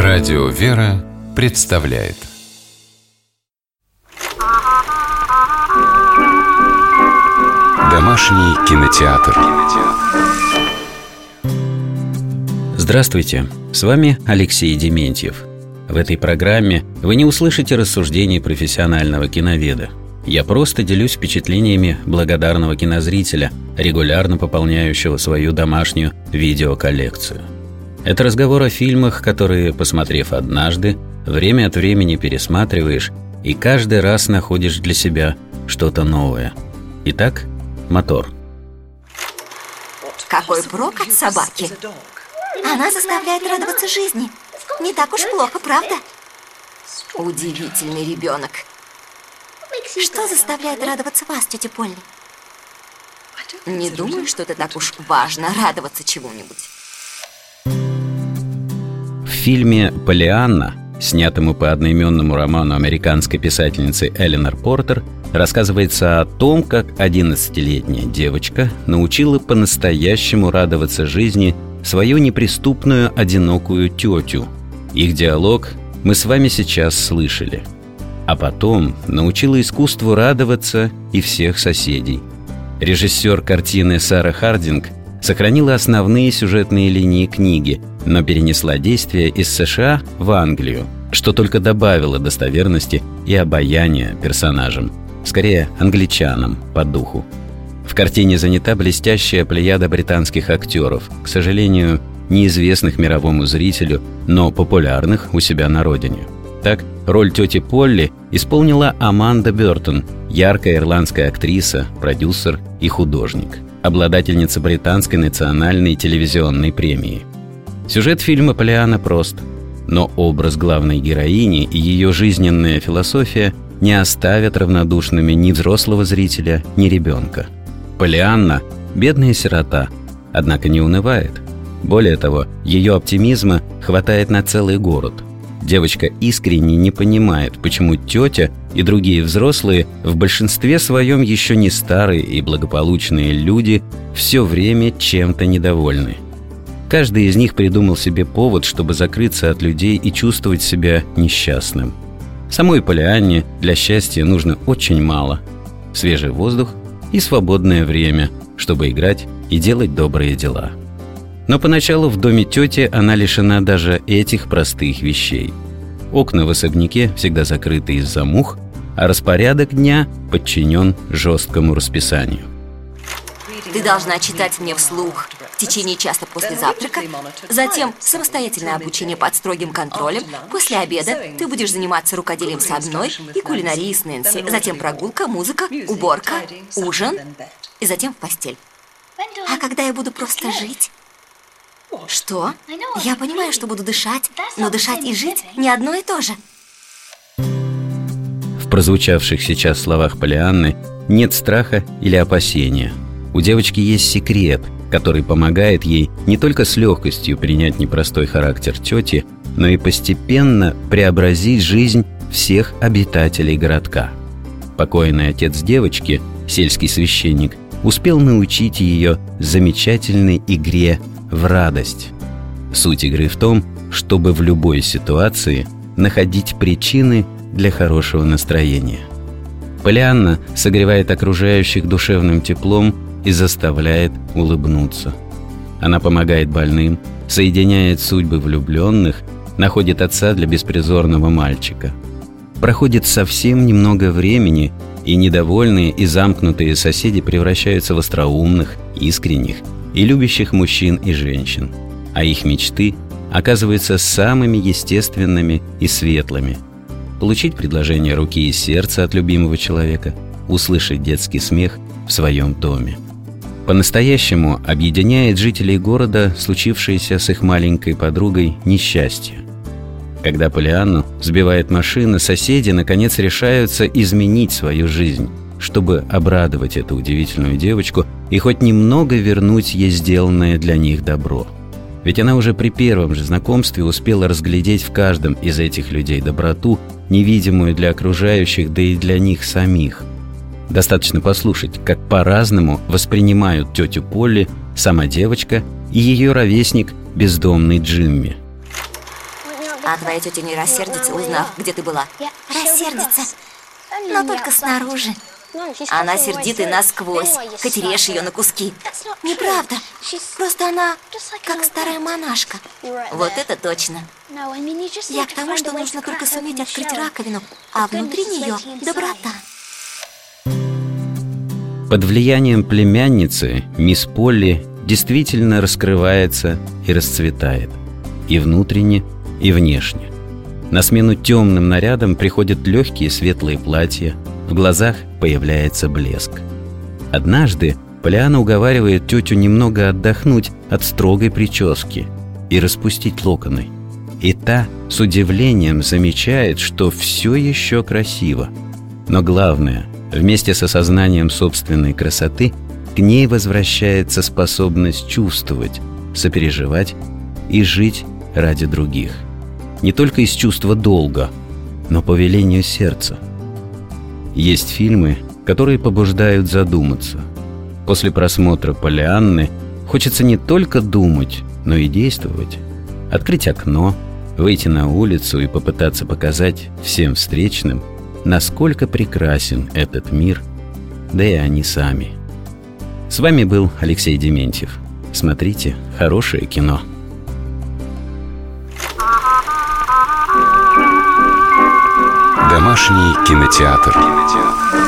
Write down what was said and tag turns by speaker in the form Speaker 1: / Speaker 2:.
Speaker 1: Радио «Вера» представляет Домашний кинотеатр.
Speaker 2: Здравствуйте, с вами Алексей Дементьев. В этой программе вы не услышите рассуждений профессионального киноведа. Я просто делюсь впечатлениями благодарного кинозрителя, регулярно пополняющего свою домашнюю видеоколлекцию. Это разговор о фильмах, которые, посмотрев однажды, время от времени пересматриваешь и каждый раз находишь для себя что-то новое. Итак, мотор.
Speaker 3: Какой прок от собаки? Она заставляет радоваться жизни. Не так уж плохо, правда? Удивительный ребенок. Что заставляет радоваться вас, тетя Полли? Не думаю, что это так уж важно, радоваться чему-нибудь.
Speaker 2: В фильме «Поллианна», снятому по одноименному роману американской писательницы Эленор Портер, рассказывается о том, как 11-летняя девочка научила по-настоящему радоваться жизни свою неприступную одинокую тетю. Их диалог мы с вами сейчас слышали. А потом научила искусству радоваться и всех соседей. Режиссер картины Сара Хардинг сохранила основные сюжетные линии книги, но перенесла действие из США в Англию, что только добавило достоверности и обаяния персонажам, скорее англичанам по духу. В картине занята блестящая плеяда британских актеров, к сожалению, неизвестных мировому зрителю, но популярных у себя на родине. Так, роль тети Полли исполнила Аманда Бёртон, яркая ирландская актриса, продюсер и художник, обладательница британской национальной телевизионной премии. Сюжет фильма «Поллианна» прост, но образ главной героини и ее жизненная философия не оставят равнодушными ни взрослого зрителя, ни ребенка. Поллианна – бедная сирота, однако не унывает. Более того, ее оптимизма хватает на целый город. Девочка искренне не понимает, почему тетя и другие взрослые, в большинстве своем еще не старые и благополучные люди, все время чем-то недовольны. Каждый из них придумал себе повод, чтобы закрыться от людей и чувствовать себя несчастным. Самой Поллианне для счастья нужно очень мало: свежий воздух и свободное время, чтобы играть и делать добрые дела. Но поначалу в доме тети она лишена даже этих простых вещей. Окна в особняке всегда закрыты из-за мух, а распорядок дня подчинен жесткому расписанию.
Speaker 3: Ты должна читать мне вслух в течение часа после завтрака, затем самостоятельное обучение под строгим контролем, после обеда ты будешь заниматься рукоделием с одной и кулинарией с Нэнси, затем прогулка, музыка, уборка, ужин и затем в постель. А когда я буду просто жить? Что? Я понимаю, что буду дышать, но дышать и жить не одно и то же.
Speaker 2: В прозвучавших сейчас словах Поллианны нет страха или опасения. У девочки есть секрет, который помогает ей не только с легкостью принять непростой характер тети, но и постепенно преобразить жизнь всех обитателей городка. Покойный отец девочки, сельский священник, успел научить ее замечательной игре в радость. Суть игры в том, чтобы в любой ситуации находить причины для хорошего настроения. Поллианна согревает окружающих душевным теплом и заставляет улыбнуться. Она помогает больным, соединяет судьбы влюбленных, находит отца для беспризорного мальчика. Проходит совсем немного времени, и недовольные и замкнутые соседи превращаются в остроумных, искренних и любящих мужчин и женщин, а их мечты оказываются самыми естественными и светлыми. Получить предложение руки и сердца от любимого человека, услышать детский смех в своем доме. По-настоящему объединяет жителей города случившееся с их маленькой подругой несчастье. Когда Поллианну сбивает машина, соседи наконец решаются изменить свою жизнь, чтобы обрадовать эту удивительную девочку и хоть немного вернуть ей сделанное для них добро. Ведь она уже при первом же знакомстве успела разглядеть в каждом из этих людей доброту, невидимую для окружающих, да и для них самих. Достаточно послушать, как по-разному воспринимают тетю Полли сама девочка и ее ровесник, бездомный Джимми.
Speaker 3: А твоя тетя не рассердится, узнав, где ты была? Рассердится, но только снаружи. Она сердита насквозь, хоть режь ее на куски. Неправда, просто она как старая монашка. Вот это точно. Я к тому, что нужно только суметь открыть раковину, а внутри нее доброта.
Speaker 2: Под влиянием племянницы мисс Полли действительно раскрывается и расцветает. И внутренне, и внешне. На смену темным нарядам приходят легкие светлые платья, в глазах появляется блеск. Однажды Полианна уговаривает тетю немного отдохнуть от строгой прически и распустить локоны. И та с удивлением замечает, что все еще красиво. Но главное, вместе с осознанием собственной красоты к ней возвращается способность чувствовать, сопереживать и жить ради других. Не только из чувства долга, но по велению сердца. Есть фильмы, которые побуждают задуматься. После просмотра Полианны хочется не только думать, но и действовать. Открыть окно, выйти на улицу и попытаться показать всем встречным, насколько прекрасен этот мир, да и они сами. С вами был Алексей Дементьев. Смотрите хорошее кино.
Speaker 1: Домашний кинотеатр.